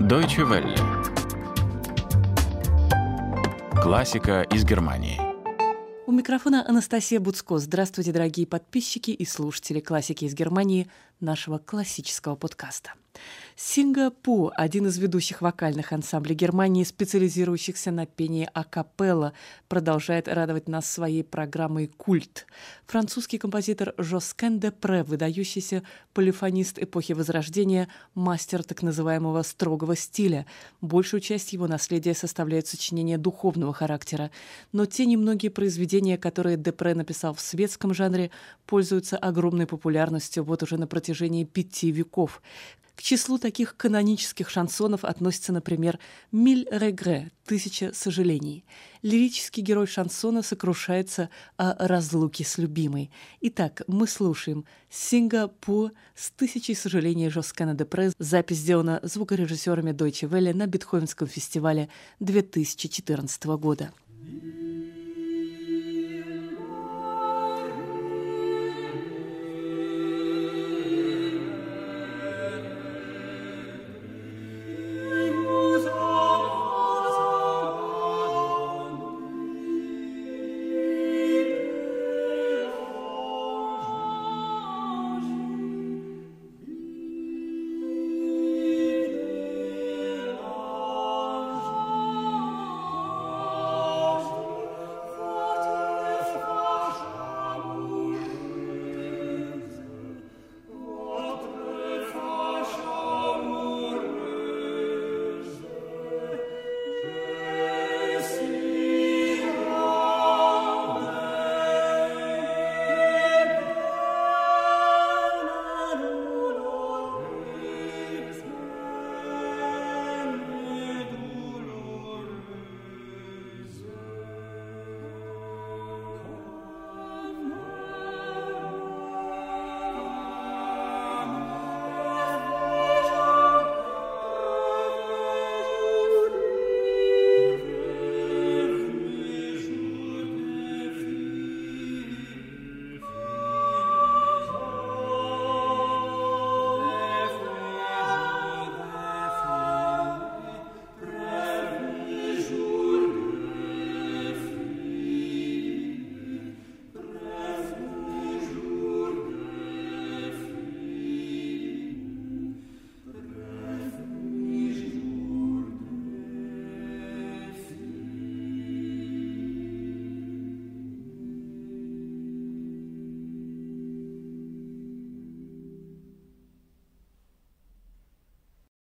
Deutsche Welle. Классика из Германии. У микрофона Анастасия Буцко. Здравствуйте, дорогие подписчики и слушатели классики из Германии, нашего классического подкаста. Синга Пу – один из ведущих вокальных ансамблей Германии, специализирующихся на пении а-капелла, продолжает радовать нас своей программой «Культ». Французский композитор Жоскен де Пре, выдающийся полифонист эпохи Возрождения, мастер так называемого строгого стиля. Большую часть его наследия составляют сочинения духовного характера. Но те немногие произведения, которые де Пре написал в светском жанре, пользуются огромной популярностью вот уже на протяжении 5 веков. К числу таких канонических шансонов относится, например, «Миль регре» – «Тысяча сожалений». Лирический герой шансона сокрушается о разлуке с любимой. Итак, мы слушаем «Синга Пу» с «Тысячей сожалений» Жоскена де Пре. Запись сделана звукорежиссерами Deutsche Welle на Бетховенском фестивале 2014 года.